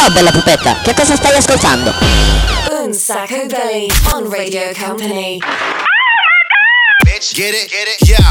Ciao bella pupetta, che cosa stai ascoltando? Un Sacco Belly on Radio Company. Bitch, get it, yo.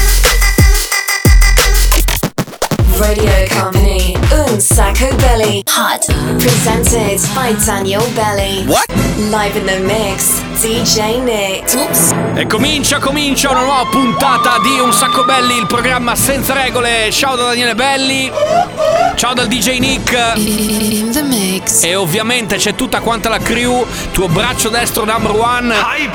Radio Company, Un Sacco Belly. Hot. Presented by Daniel Belly. What? Live in the mix, DJ Nick. Oops. E comincia una nuova puntata di Un Sacco Belli, il programma senza regole. Ciao da Daniele Belli. Ciao dal DJ Nick. In the mix. E ovviamente c'è tutta quanta la crew, tuo braccio destro number one.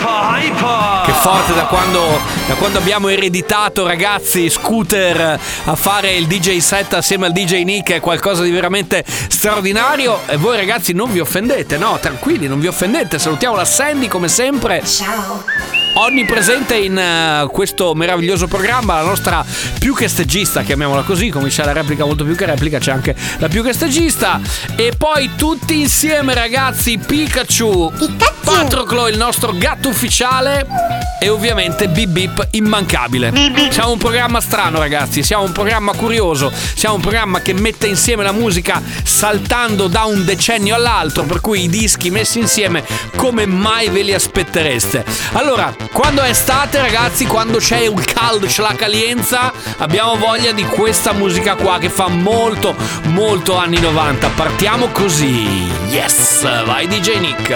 Hyper. Che forte da quando abbiamo ereditato, ragazzi, Scooter a fare il DJ set assieme al DJ Nick, è qualcosa di veramente straordinario. E voi ragazzi non vi offendete, no? Tranquilli, non vi offendete. Salutiamo la Sandy come sempre. Ciao. Onnipresente in questo meraviglioso programma, la nostra più che stagista, chiamiamola così, come c'è la replica molto più che replica, c'è anche la più che stagista. E poi tutti insieme ragazzi, Pikachu, Patroclo, il nostro gatto ufficiale, e ovviamente Bip Bip immancabile. Siamo un programma strano ragazzi, siamo un programma curioso, siamo un programma che mette insieme la musica saltando da un decennio all'altro, per cui i dischi messi insieme come mai ve li aspettereste. Allora, quando è estate ragazzi, quando c'è il caldo, c'è la calienza, abbiamo voglia di questa musica qua che fa molto molto anni 90. Partiamo così. Yes, vai DJ Nick.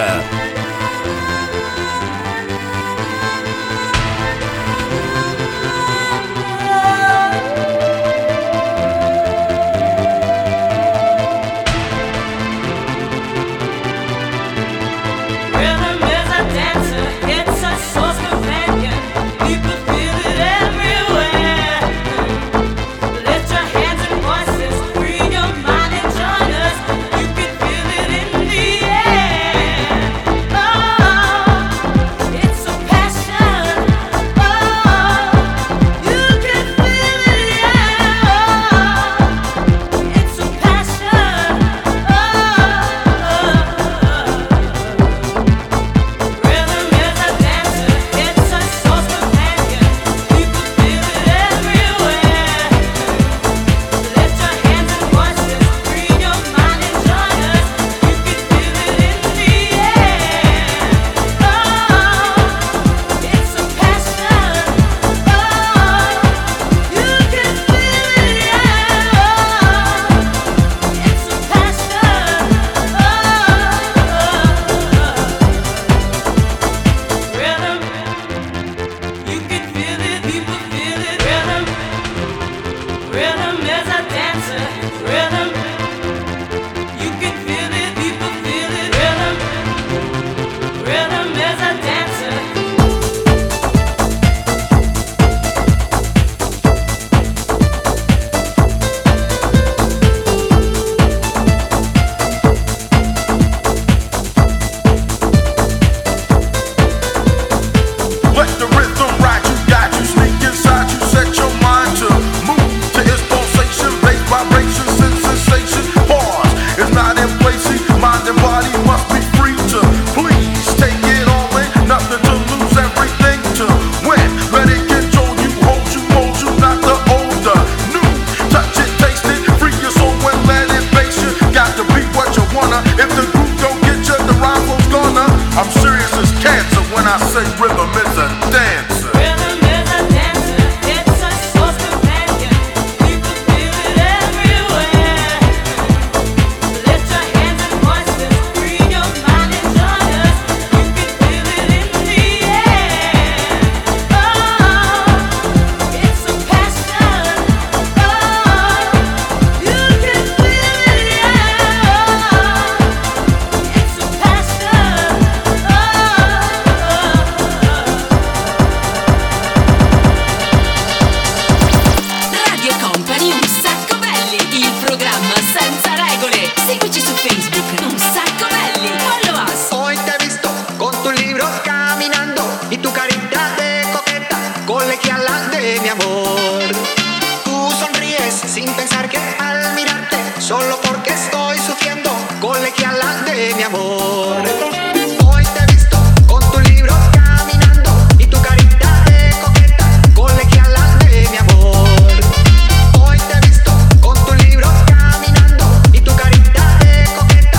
Coqueta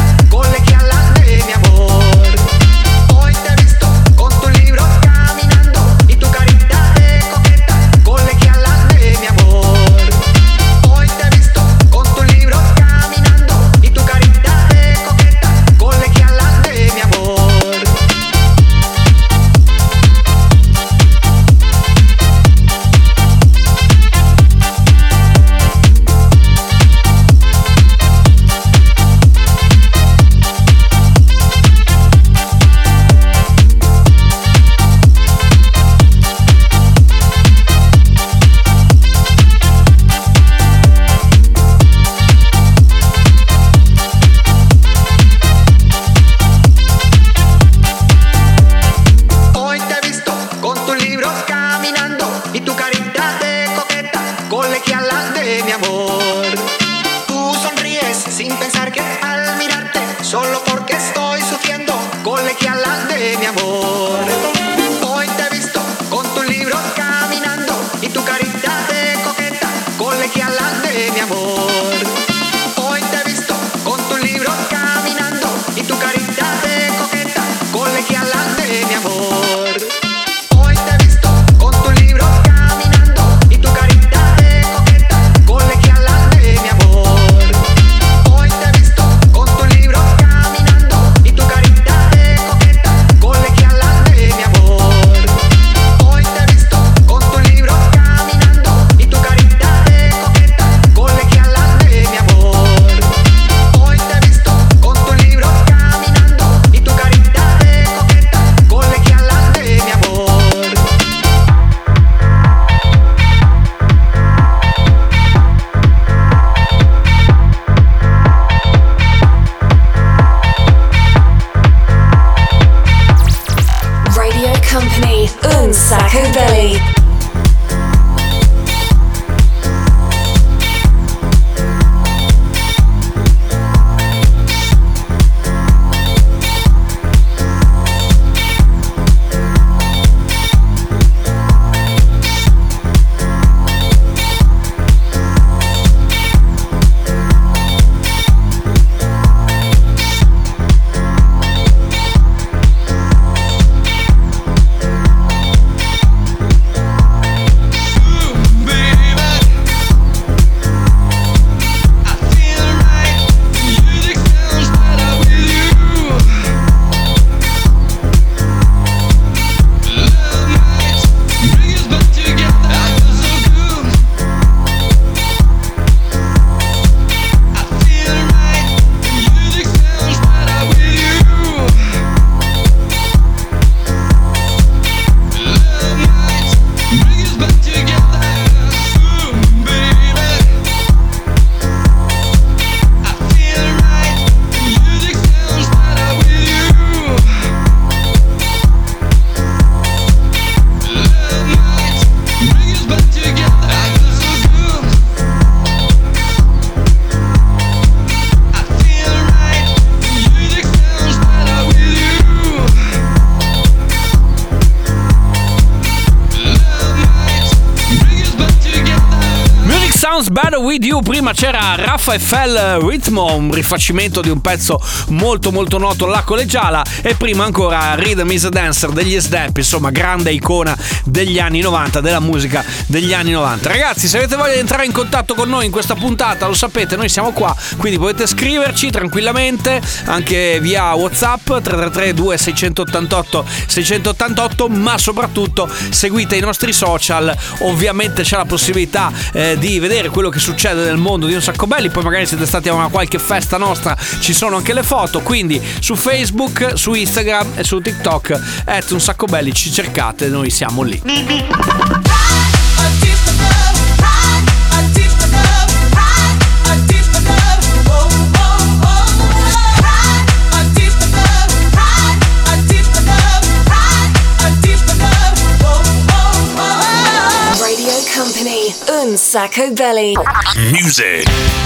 solo porque estoy sufriendo con le que hablan de mi amor. Hoy te he visto con tu libro caminando y tu carita de coqueta con le que hablan de mi amor. Hoy te he visto con tu libro caminando y tu carita de coqueta con le que hablan de mi amor. Hoy te he visto con tu libro caminando y tu carita de coqueta con le que hablan de mi amor. Hoy te he visto con tu libro caminando y tu carita de coqueta con le que hablan de mi amor. Hoy te he visto con tu libro caminando y tu carita de coqueta con le que hablan de mi amor. Hoy te he visto con tu libro caminando y tu carita de coqueta con le que hablan de mi amor. Radio Company, Un Sacco Belly. Better With You. Prima c'era Raffaele Ritmo, un rifacimento di un pezzo molto molto noto, La Collegiala, e prima ancora Rhythm Is a Dancer degli Snap, insomma grande icona degli anni 90, della musica degli anni 90. Ragazzi, se avete voglia di entrare in contatto con noi in questa puntata, lo sapete, noi siamo qua, quindi potete scriverci tranquillamente anche via WhatsApp 333 2688 688, ma soprattutto seguite i nostri social. Ovviamente c'è la possibilità di vedere quello che succede nel mondo di Un Sacco Belli, poi magari siete stati a una qualche festa nostra, ci sono anche le foto, quindi su Facebook, su Instagram e su TikTok Un Sacco Belli ci cercate, noi siamo lì. Radio Company, Un Sacco Belly. Music.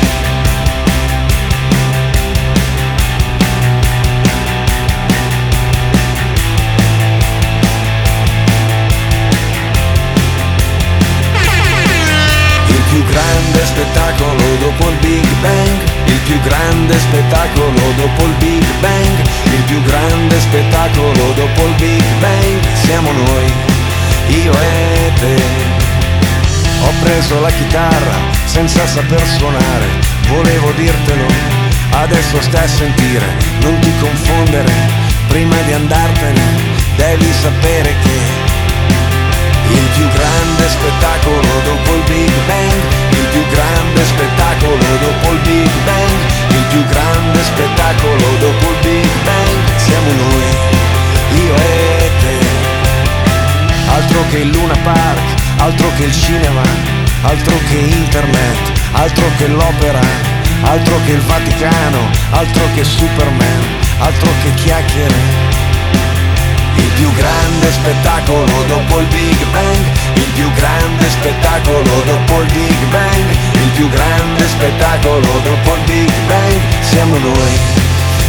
Il più grande spettacolo dopo il Big Bang, il più grande spettacolo dopo il Big Bang, il più grande spettacolo dopo il Big Bang, siamo noi, io e te. Ho preso la chitarra senza saper suonare, volevo dirtelo, adesso stai a sentire, non ti confondere, prima di andartene devi sapere che il più grande spettacolo dopo il Big Bang, il più grande spettacolo dopo il Big Bang, il più grande spettacolo dopo il Big Bang, siamo noi, io e te. Altro che il Luna Park, altro che il cinema, altro che internet, altro che l'opera, altro che il Vaticano, altro che Superman, altro che chiacchiere. Il più grande spettacolo dopo il Big Bang, il più grande spettacolo dopo il Big Bang, il più grande spettacolo dopo il Big Bang, siamo noi,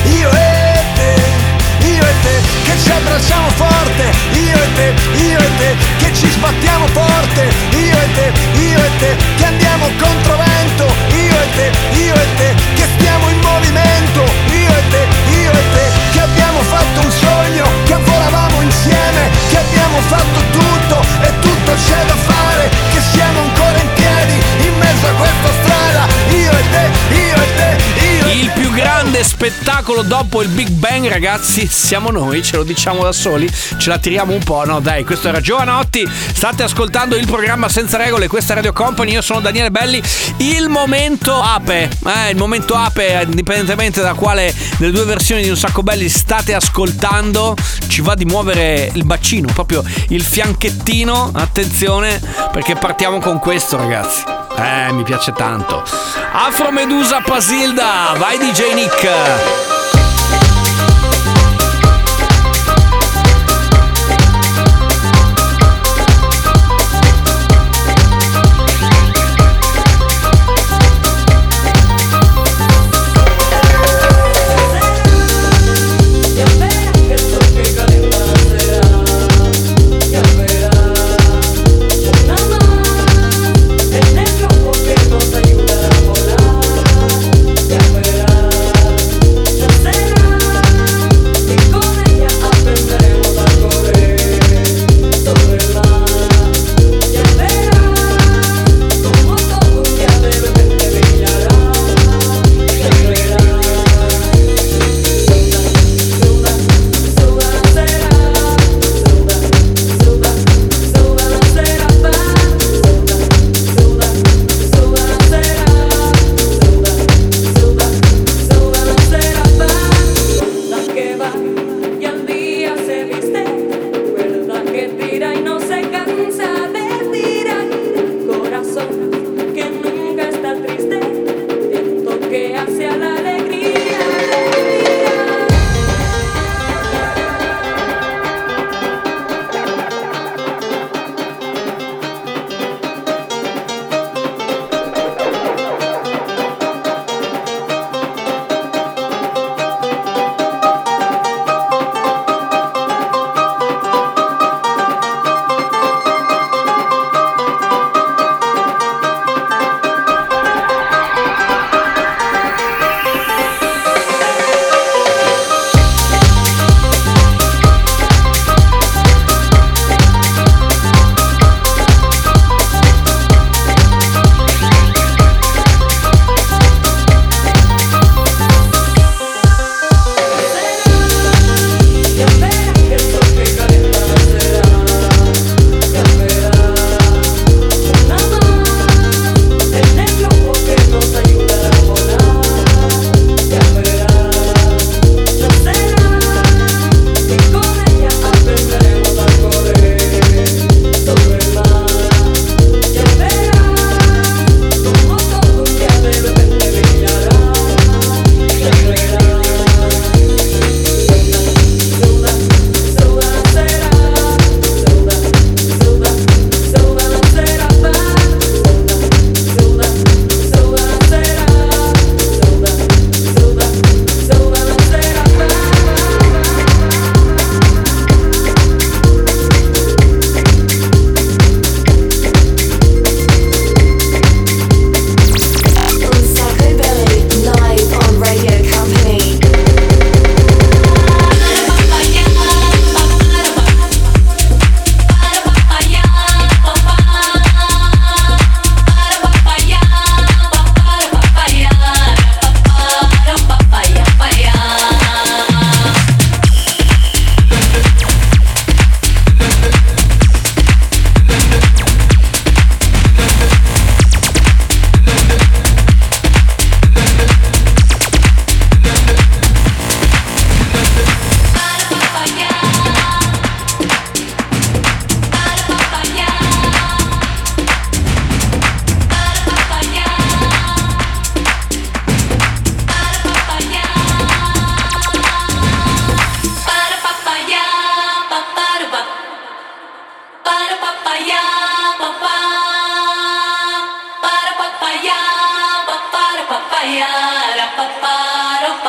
io e te, che ci abbracciamo forte, io e te, che ci sbattiamo forte, io e te, che andiamo contro vento, io e te, che stiamo in movimento, io e te, che abbiamo fatto un sogno, che volavamo insieme, che abbiamo fatto tutto e tutto c'è da fare, che siamo ancora in piedi in mezzo a questa strada, io e te, io e te, io e te. Il più grande spettacolo dopo il Big Bang, ragazzi, siamo noi, ce lo diciamo da soli, ce la tiriamo un po', no dai, questo era Giovanotti, state ascoltando il programma Senza Regole, questa è Radio Company, io sono Daniele Belli, il momento ape, indipendentemente da quale delle due versioni di Un Sacco Belli state ascoltando, ci va di muovere il bacino, proprio il fianchettino, attenzione, perché partiamo con questo, ragazzi. Mi piace tanto. Afro Medusa Pasilda, vai DJ Nick. Porque nos ayuda a volar, ya verás.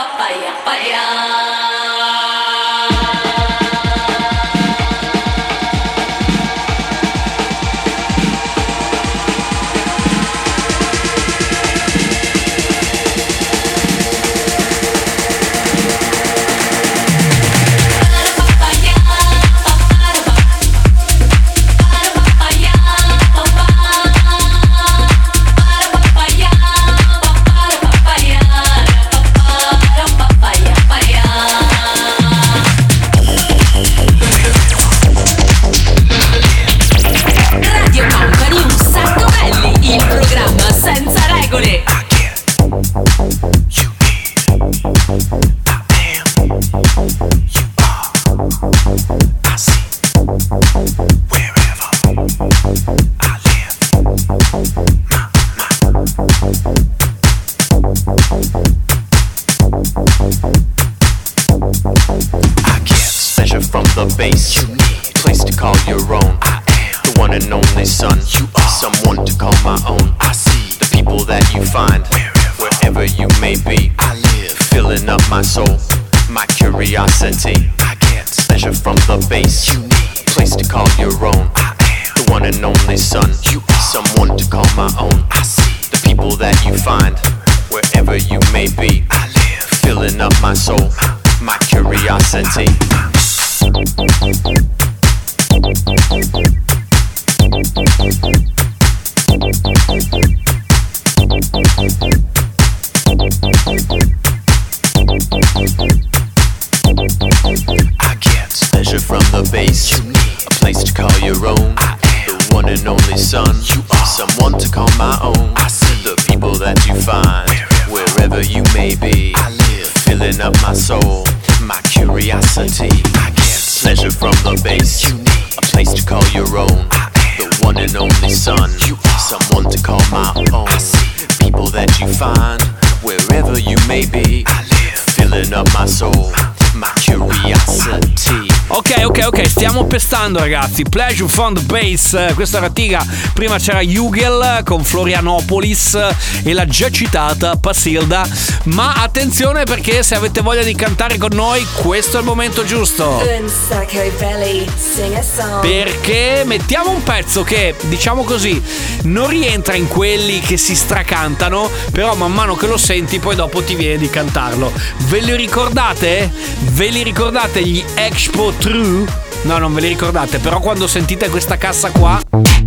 Ok, stiamo pestando ragazzi. Pleasure from the Bass, questa era Tiga. Prima c'era Hugel con Florianopolis e la già citata Pasilda. Ma attenzione, perché se avete voglia di cantare con noi, questo è il momento giusto. Un Sacco Belly, sing a song. Perché mettiamo un pezzo che, diciamo così, non rientra in quelli che si stracantano, però man mano che lo senti poi dopo ti viene di cantarlo. Ve li ricordate? Ve li ricordate gli Expo True? No, non ve li ricordate, però quando sentite questa cassa qua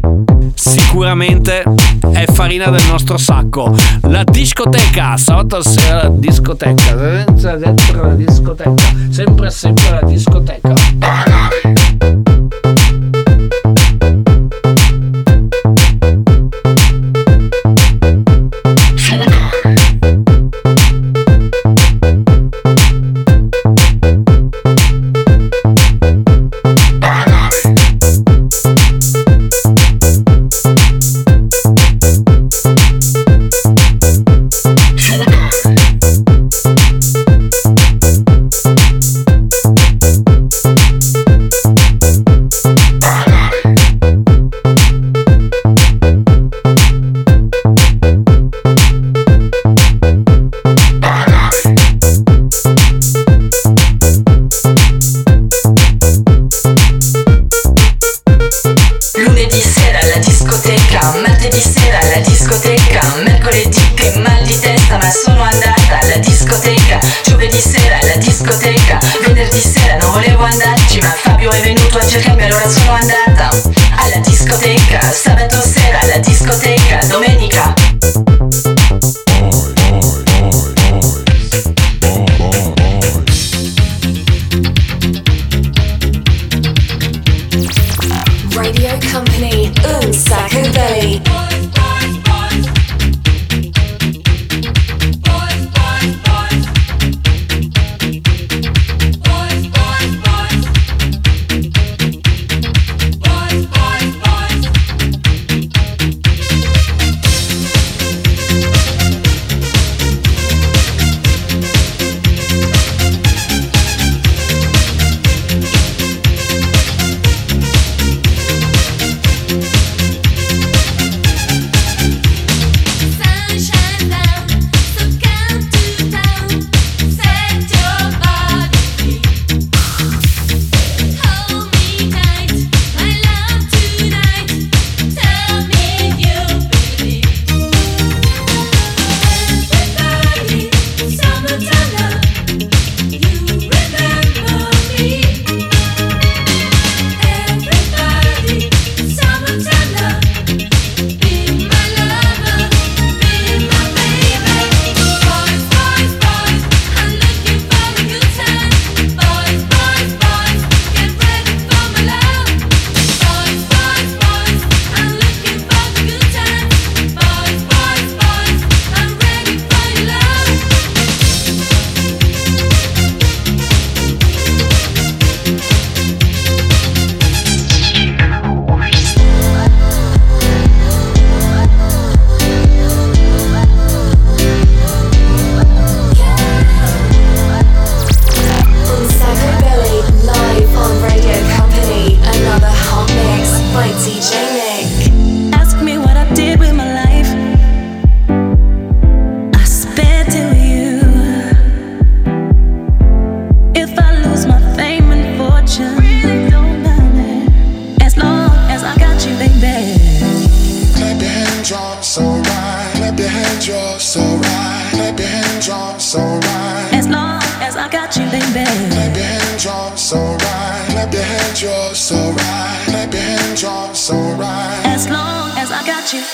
sicuramente è farina del nostro sacco. La discoteca, sabato sera la discoteca, dentro la discoteca, sempre la discoteca. drop, so right. Clap your hands, you're so right. Clap your hands, drop, so right. As long as I got you, baby. Clap your hands, drop, so right. Clap your hands, you're so right. Clap your hands, drop, so right. As long as I got you.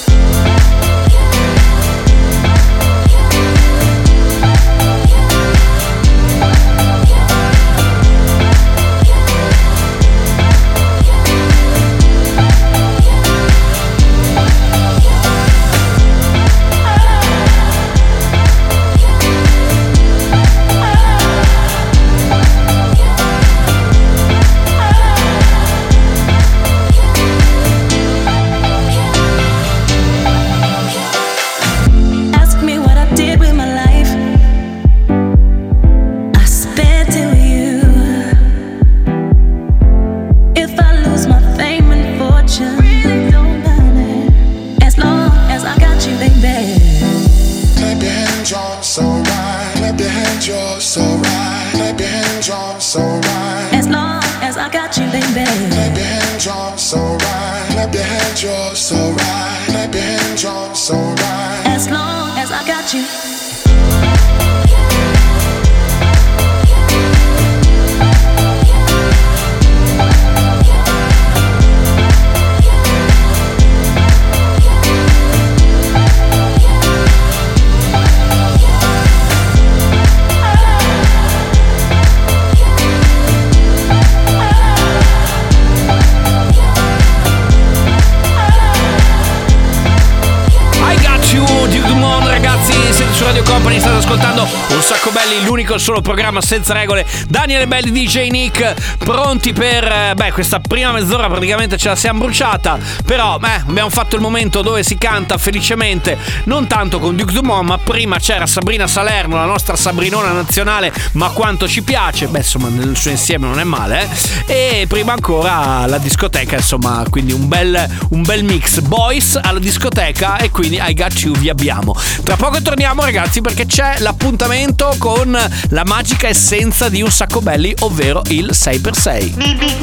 L'unico solo programma senza regole. Daniele Belli, DJ Nick, pronti per questa prima mezz'ora. Praticamente ce la siamo bruciata, però abbiamo fatto il momento dove si canta felicemente, non tanto con Duke Dumont, ma prima c'era Sabrina Salerno, la nostra Sabrinona nazionale, ma quanto ci piace, insomma nel suo insieme non è male, e prima ancora la discoteca, insomma, quindi un bel mix, Boys alla discoteca, e quindi I Got You vi abbiamo. Tra poco torniamo, ragazzi, perché c'è l'appuntamento con la magica essenza di Un Sacco Belli, ovvero il 6x6.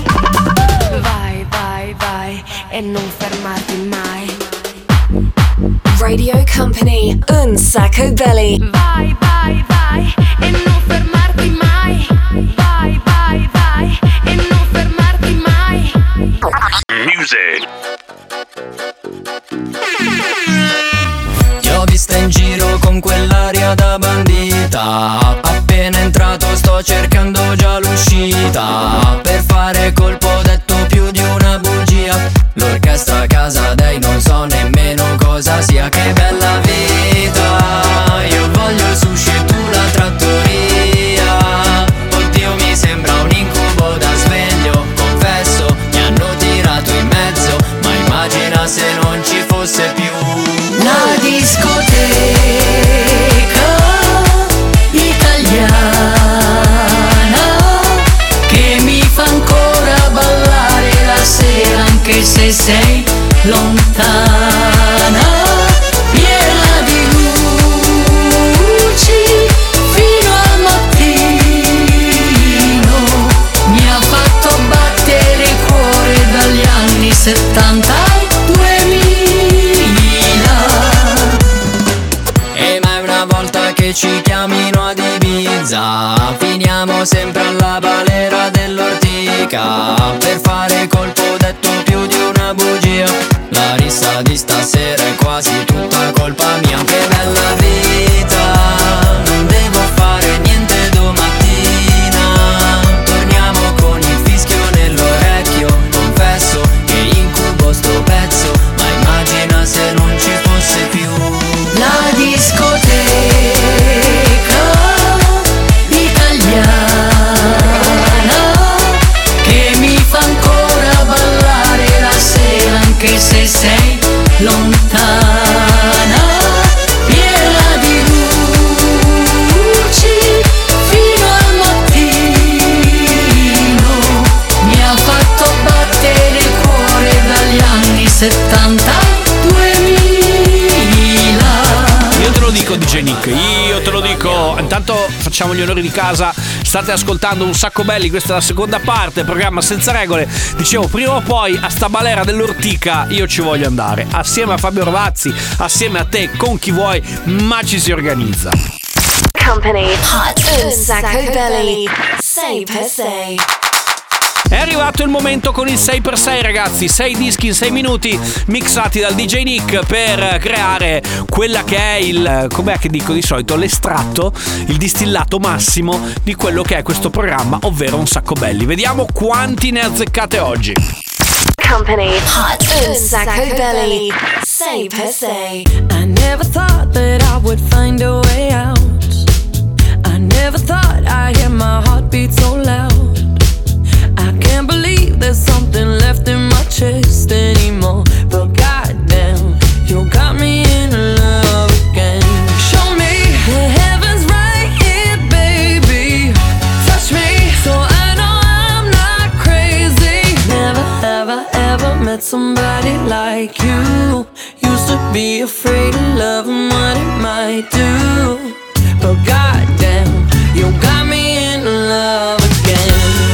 Vai, vai, vai e non fermarti mai. Radio Company, Un Sacco Belli. Vai, vai, vai e non fermarti mai. Vai, vai, vai e non fermarti mai. Music. Ti ho vista in giro con quell'aria da bandita. Appena entrato sto cercando già l'uscita. Per fare colpo ho detto più di una bugia. L'orchestra a casa dei non so nemmeno cosa sia. Che bella vita. Io voglio il sushi e tu la trattoria. Oddio mi sembra un incubo da sveglio. Confesso mi hanno tirato in mezzo. Ma immagina se non ci fosse più la discoteca italiana che mi fa ancora ballare la sera anche se sei lontana, piena di luci fino al mattino, mi ha fatto battere il cuore dagli anni 70 al 2000. E mai una volta che ci chiamino ad Ibiza finiamo sempre alla balera dell'Ortica. Per fare colpo ho detto più di una bugia. La rissa di stasera è quasi tutta colpa mia. Che bella vita, non devo fare niente domattina. Torniamo con il fischio nell'orecchio. Confesso che incubo sto pezzo, ma immagina se non ci fosse più la discoteca italiana che mi fa ancora ballare la sera anche se sei lontana, piena di DJ Nick, io te lo dico. Intanto facciamo gli onori di casa. State ascoltando Un Sacco Belli, questa è la seconda parte del programma Senza Regole. Dicevo, prima o poi a sta balera dell'Ortica io ci voglio andare, assieme a Fabio Rovazzi, assieme a te, con chi vuoi, ma ci si organizza. Company Hot Un Sacco Belli 6 per 6. È arrivato il momento con il 6x6, ragazzi. 6 dischi in 6 minuti mixati dal DJ Nick per creare quella che è il, com'è che dico di solito, l'estratto, il distillato massimo di quello che è questo programma, ovvero Un Sacco Belli. Vediamo quanti ne azzeccate oggi. Company Hot Un Sacco Belli 6 per 6. I never thought that I would find a way out. I never thought I'd hear my heartbeat so loud. I can't believe there's something left in my chest anymore. But goddamn, you got me in love again. Show me the heaven's right here, baby. Touch me so I know I'm not crazy. Never, ever, ever met somebody like you. Used to be afraid of love and what it might do. But goddamn, you got me in love again.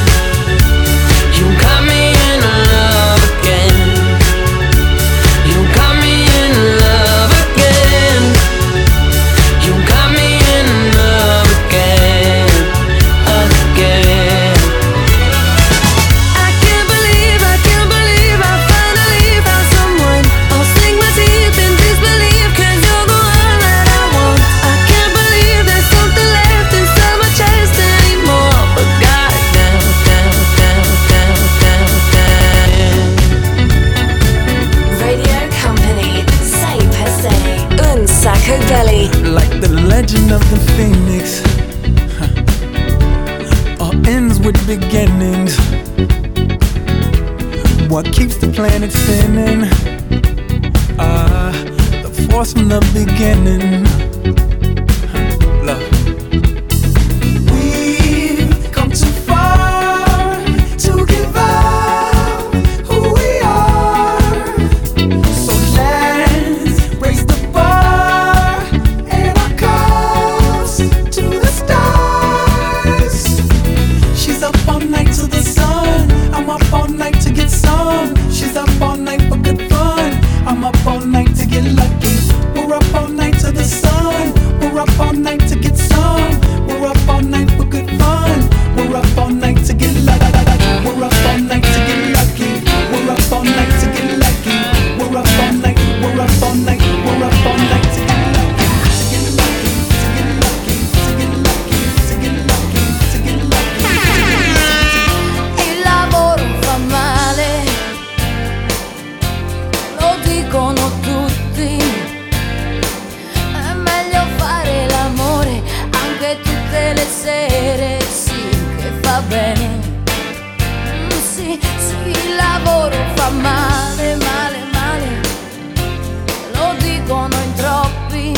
Like the legend of the phoenix, all ends with beginnings. What keeps the planet spinning? The force from the beginning. Love. We've come too far to give up who we are. So let's raise the bar and our cups to the stars. She's up all night to the sun. I'm up all night to get some. She's up all night for good fun. I'm up all night to get lucky. We're up all night to the sun. We're up all night to get some. We're up all night for good fun. We're up all night to get lucky. We're up all night to get lucky. We're up all night to get lucky. We're up all night. We're up all night. We're up all night to get lucky. To get lucky. To get lucky. To get lucky. To get lucky. To get lucky. Il lavoro fa male, lo dicono tutti. È meglio fare l'amore anche tutte le sere, sì, che fa bene. Sì, sì, il lavoro fa male, male, male, lo dicono in troppi.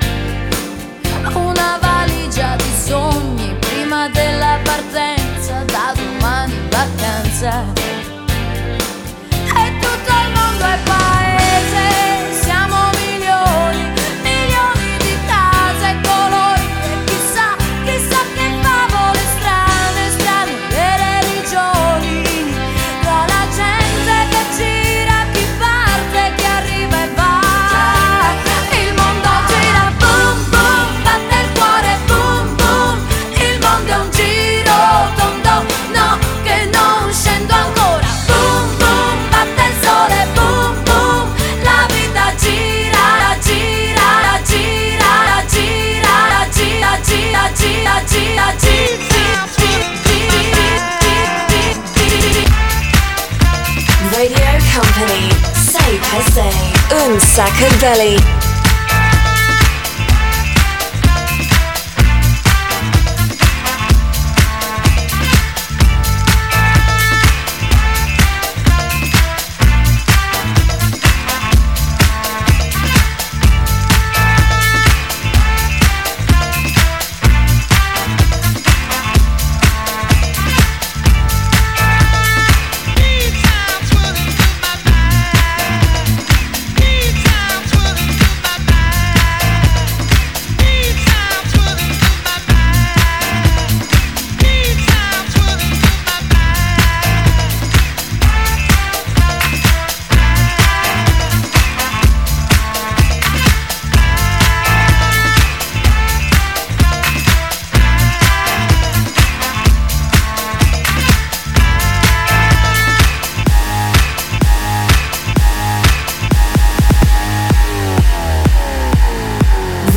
Una valigia di sogni prima della partenza, da domani vacanza. E tutto il mondo è paese, siamo milioni, milioni di case e colori. E chissà, chissà che favole strane, strane le religioni. Tra la gente che gira, chi parte, chi arriva e va. Il mondo gira, boom, boom, batte il cuore, boom, boom. Il mondo è un giro tondo, no, che non scendo ancora. Boom, boom, batte il sole, boom, boom. La vita gira, gira, gira, gira, gira, gira, gira, gira, gira. Radio Company 6 per 6. Un Sacco Belli.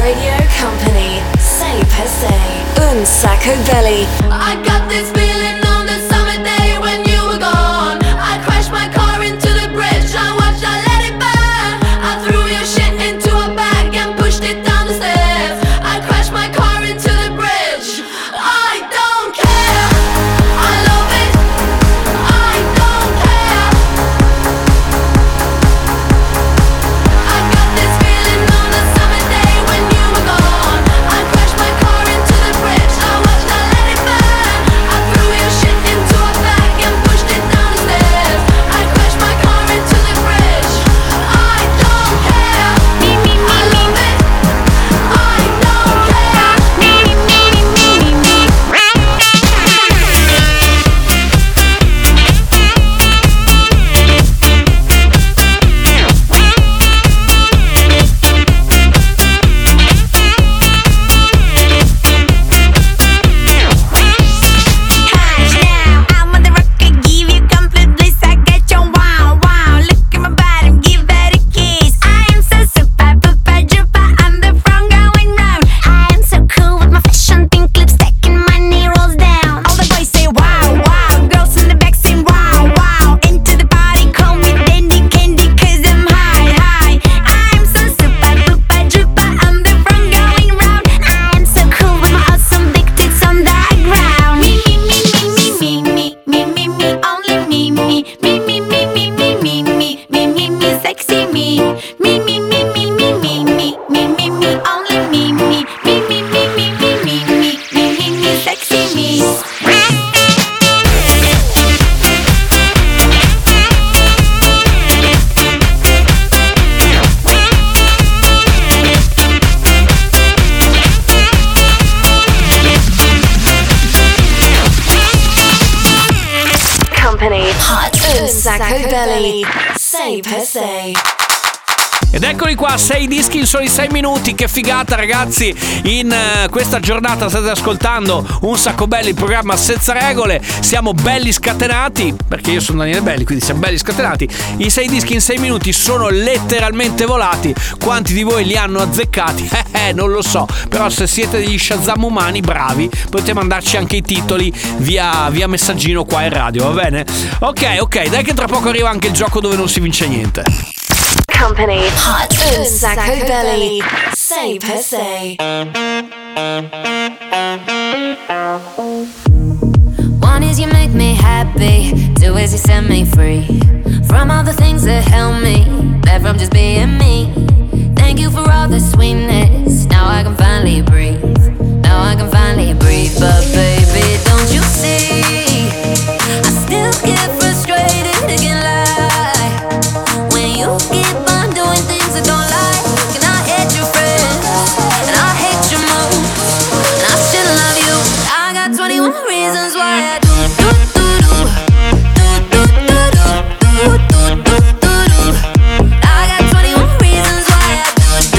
Radio Company, sei per sei, un sacco belly. I got this feeling on the summer day when you were gone. I crashed my car into the bridge. I watched, I let it burn. I threw your shit into a bag and pushed it down the stairs. I crashed my car into the bridge. I don't care. I love it. I don't care. I got this feeling on the summer day when you were gone. I crashed my car into the bridge. I watched, I let it burn. I threw your shit into a bag and pushed it down the stairs. I crashed my car into the bridge. I don't care. I love it. I don't care. I'm on the rocket, give you complete bliss. I get your wow, wow. Look at my bottom, give that a kiss. I am so super, super duper. I'm the front going round. I am so cool with my fashion, pink lipstick and my knee rolls down. All the boys say wow, wow. Girls in the back say wow, wow. Into the party, call me dandy candy, 'cause I'm high, high. I am so super, super duper. I'm the front going round. I am so cool with my awesome big tits on the ground. Me, only me, sexy me, only me, sexy me. Company, hot, un sacco belly, sei per sei. Ed eccoli qua, 6 dischi in soli 6 minuti, che figata ragazzi. In questa giornata state ascoltando Un Sacco Belli, il programma senza regole. Siamo belli scatenati, perché io sono Daniele Belli, quindi siamo belli scatenati. I 6 dischi in 6 minuti sono letteralmente volati. Quanti di voi li hanno azzeccati? Non lo so, però se siete degli Shazam umani bravi, potete mandarci anche i titoli via messaggino qua in radio, va bene? Ok, dai che tra poco arriva anche il gioco dove non si vince niente. Company, hot, un sacco belly, sei per sei. One is you make me happy, two is you set me free from all the things that held me back from just being me. Thank you for all the sweetness, now I can finally breathe. Now I can finally breathe, but baby, don't you see? I still get frustrated, again lie when you keep on doing things I don't like. And I hate your friends, and I hate your moves, and I still love you. I got 21 reasons why I do. I got 21 reasons why I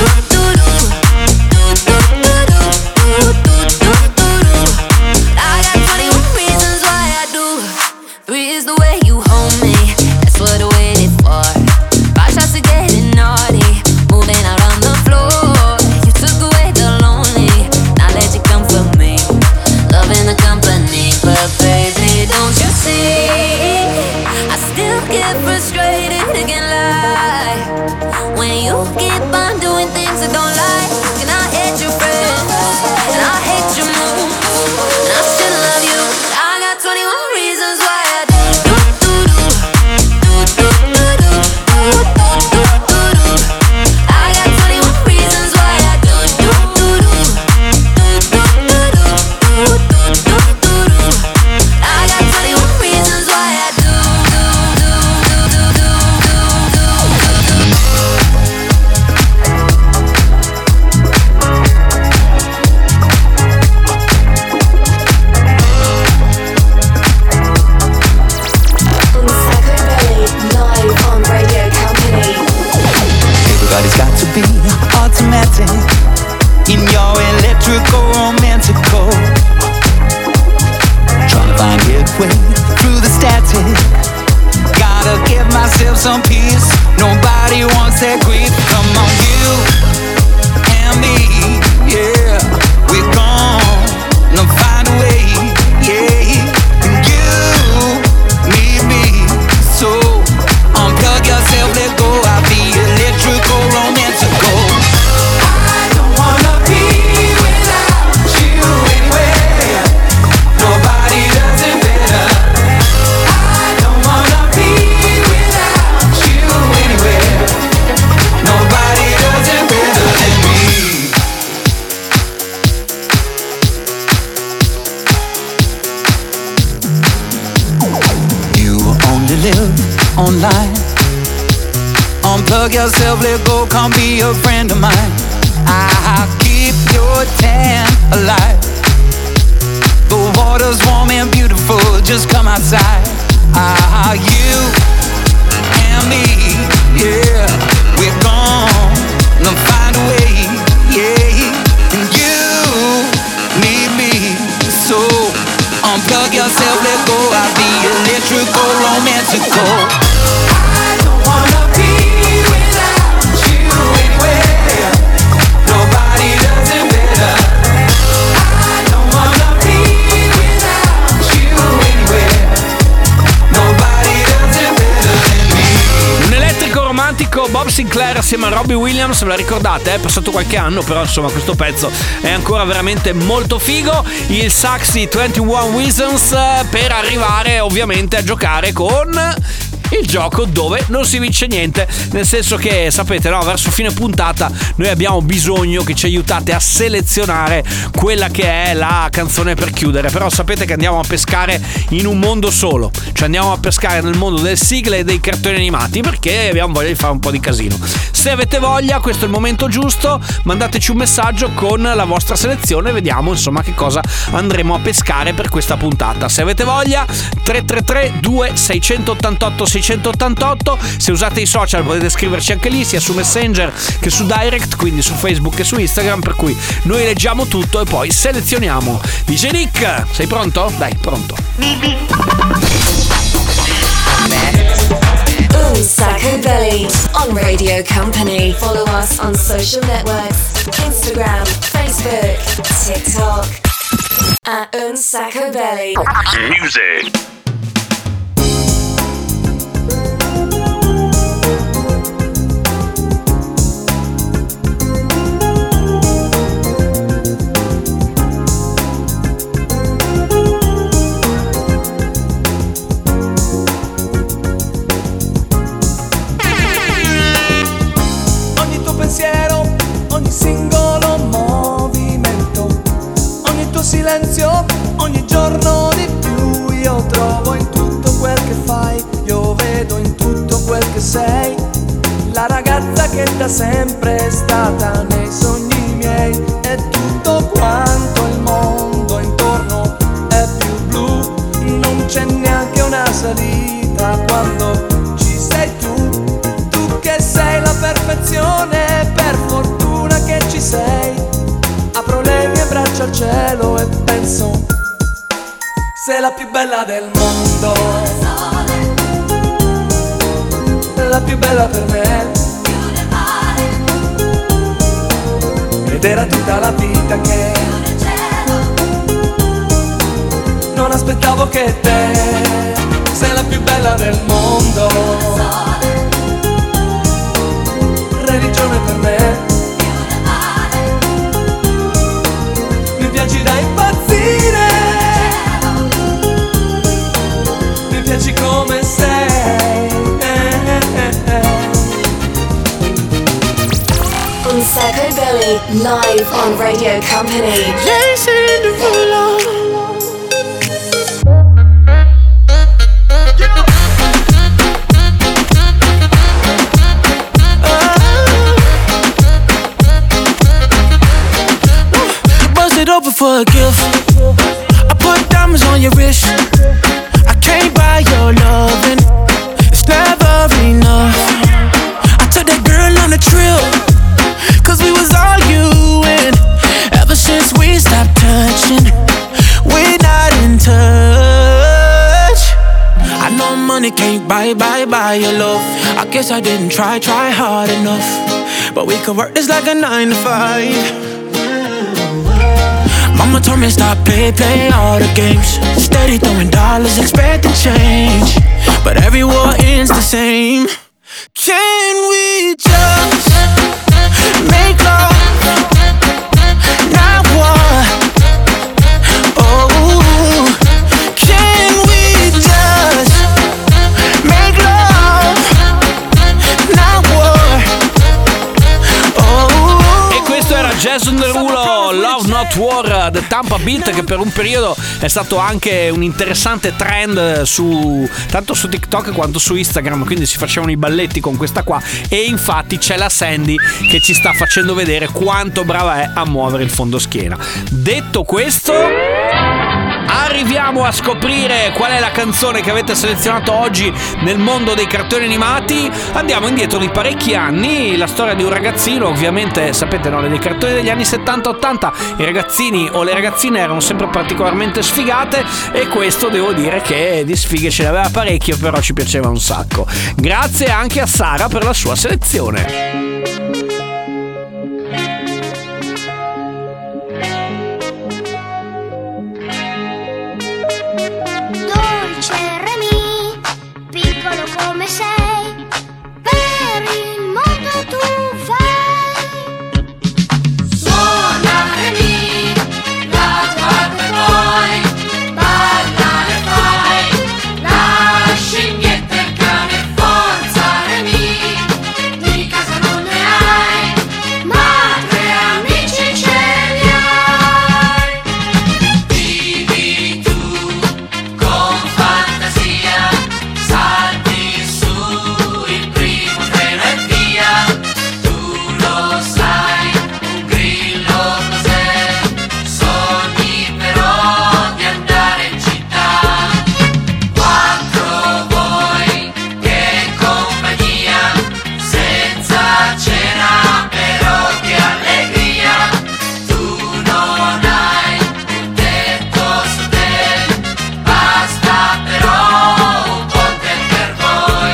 I got 21 reasons why I do. 3 is the way you hold me, that's what I waited for. 5 shots of getting naughty, moving out on the floor. You took away the lonely, now let you come for me. Loving the company, but baby, don't you see? I still get frustrated, again lie when you keep on doing things I don't like. And I hate your friends, and I hate your moves, and I still love you. I got 21 reasons why I do. I got 21 reasons why I do. I got 21 reasons why I do. Un sacco belly, live on Radio Company. Everybody's got to be automatic in your electrical romantical. Trying to find headway through the static. Gotta give myself some peace. Nobody wants that grief. Come on, you and me. Unplug yourself, let go, come be a friend of mine. I'll keep your tan alive. The water's warm and beautiful, just come outside. You and me, yeah, we're gonna find a way, yeah. And you need me, so unplug yourself, let go. I'll be electrical, romantical. I don't wanna be without you anywhere. Nobody does it better. I don't wanna be without you anywhere. Nobody does it better than me. Un elettrico romantico, Bob Sinclair assieme a Robbie Williams, ve la ricordate? È passato qualche anno, però insomma questo pezzo è ancora veramente molto figo. Il sax di 21 Reasons per arrivare ovviamente a giocare con il gioco dove non si vince niente, nel senso che sapete, no, verso fine puntata noi abbiamo bisogno che ci aiutate a selezionare quella che è la canzone per chiudere, però sapete che andiamo a pescare in un mondo solo, cioè andiamo a pescare nel mondo delle sigle e dei cartoni animati, perché abbiamo voglia di fare un po' di casino. Se avete voglia, questo è il momento giusto, mandateci un messaggio con la vostra selezione e vediamo insomma che cosa andremo a pescare per questa puntata. Se avete voglia, 333 2688 688. Se usate i social potete scriverci anche lì, sia su Messenger che su Direct, quindi su Facebook e su Instagram, per cui noi leggiamo tutto e poi selezioniamo. DJ Nick, sei pronto? Dai, pronto. Sacco Belly on Radio Company. Follow us on social networks: Instagram, Facebook, TikTok at Sacco Belly. Music. Ogni singolo movimento, ogni tuo silenzio, ogni giorno di più. Io trovo in tutto quel che fai, io vedo in tutto quel che sei. La ragazza che da sempre è stata nei sogni miei. E tutto quanto il mondo intorno è più blu. Non c'è neanche una salita quando ci sei tu. Tu che sei la perfezione, per fortuna che ci sei. Apro le mie braccia al cielo e penso, sei la più bella del mondo, la più bella per me. Ed era tutta la vita che non aspettavo che te. Sei la più bella del mondo, religione per me. Mi piaci da impazzire, mi piaci come sei. On Sacco Belly, live on Radio Company. Jason Derulo. Open for a gift. I put diamonds on your wrist. I can't buy your loving, it's never enough. I took that girl on a trip, cause we was arguing. Ever since we stopped touching, we're not in touch. I know money can't buy your love. I guess I didn't try hard enough. But we could work this like a 9 to 5. Mama told me stop play all the games. Steady throwing dollars, expecting change. But every war ends the same. Can we just make love, not war? Oh, can we just make love, not war? Oh. E questo era Jason Derulo, Love Not Not War, The Tampa Beat, che per un periodo è stato anche un interessante trend tanto su TikTok quanto su Instagram, quindi si facevano i balletti con questa qua, e infatti c'è la Sandy che ci sta facendo vedere quanto brava è a muovere il fondoschiena. Detto questo, arriviamo a scoprire qual è la canzone che avete selezionato oggi nel mondo dei cartoni animati. Andiamo indietro di parecchi anni, la storia di un ragazzino, ovviamente sapete, no, nei cartoni degli anni 70-80 i ragazzini o le ragazzine erano sempre particolarmente sfigate, e questo devo dire che di sfighe ce ne aveva parecchio, però ci piaceva un sacco. Grazie anche a Sara per la sua selezione. Come sei, per il mondo tu fai. Suonare mi, la tua poi, parlare fai, la scimmietta e il cane, forzare mi, di casa non ne hai, ma 3 amici ce li hai. Vivi tu con fantasia, salvi il primo treno e via, tu lo sai, un grillo cos'è, sogni però di andare in città, 4 voi, che compagnia, senza cena però che allegria, tu non hai un tetto su te, basta però un ponte per voi.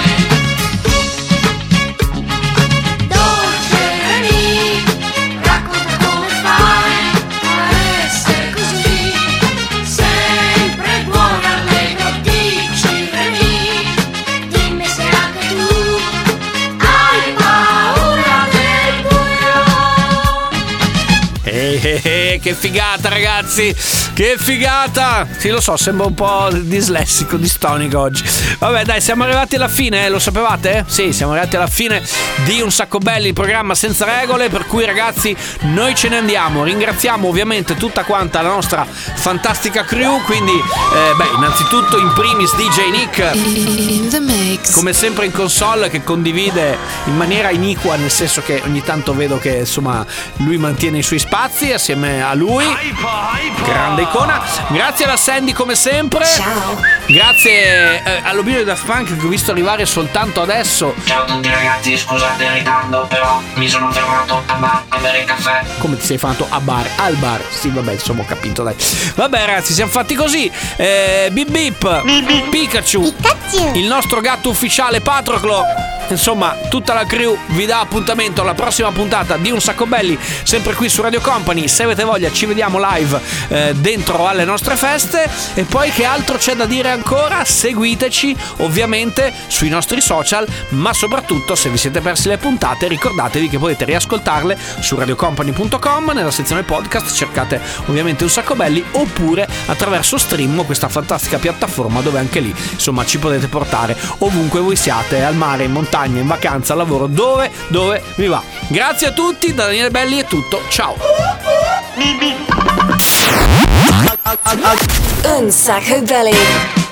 Che figata, ragazzi, che figata. Sì, lo so, sembra un po' dislessico, distonico oggi. Vabbè, dai, siamo arrivati alla fine, lo sapevate? Sì, siamo arrivati alla fine di Un Sacco Belli, il programma senza regole, per cui, ragazzi, noi ce ne andiamo. Ringraziamo ovviamente tutta quanta la nostra fantastica crew, quindi innanzitutto in primis DJ Nick, come sempre in console, che condivide in maniera iniqua, nel senso che ogni tanto vedo che insomma lui mantiene i suoi spazi assieme a lui. Grande icona. Grazie alla Sandy come sempre. Ciao. Grazie all'Obino di Daft Punk che ho visto arrivare soltanto adesso. Ciao a tutti ragazzi, scusate il ritardo, però mi sono fermato al bar a bere caffè. Come ti sei fatto a bar? Al bar? Sì, vabbè, insomma, ho capito, dai. Vabbè, ragazzi, siamo fatti così. Bip bip, Pikachu, il nostro gatto ufficiale Patroclo. Insomma, tutta la crew vi dà appuntamento alla prossima puntata di Un Sacco Belli, sempre qui su Radio Company. Se avete voglia ci vediamo live dentro alle nostre feste. E poi che altro c'è da dire ancora? Seguiteci ovviamente sui nostri social, ma soprattutto se vi siete persi le puntate ricordatevi che potete riascoltarle su radiocompany.com, nella sezione podcast cercate ovviamente Un Sacco Belli, oppure attraverso Stream, questa fantastica piattaforma dove anche lì insomma ci potete portare ovunque voi siate, al mare, in montagna, in vacanza, al lavoro, dove vi va. Grazie a tutti, da Daniele Belli è tutto, ciao. Un Sacco Belli.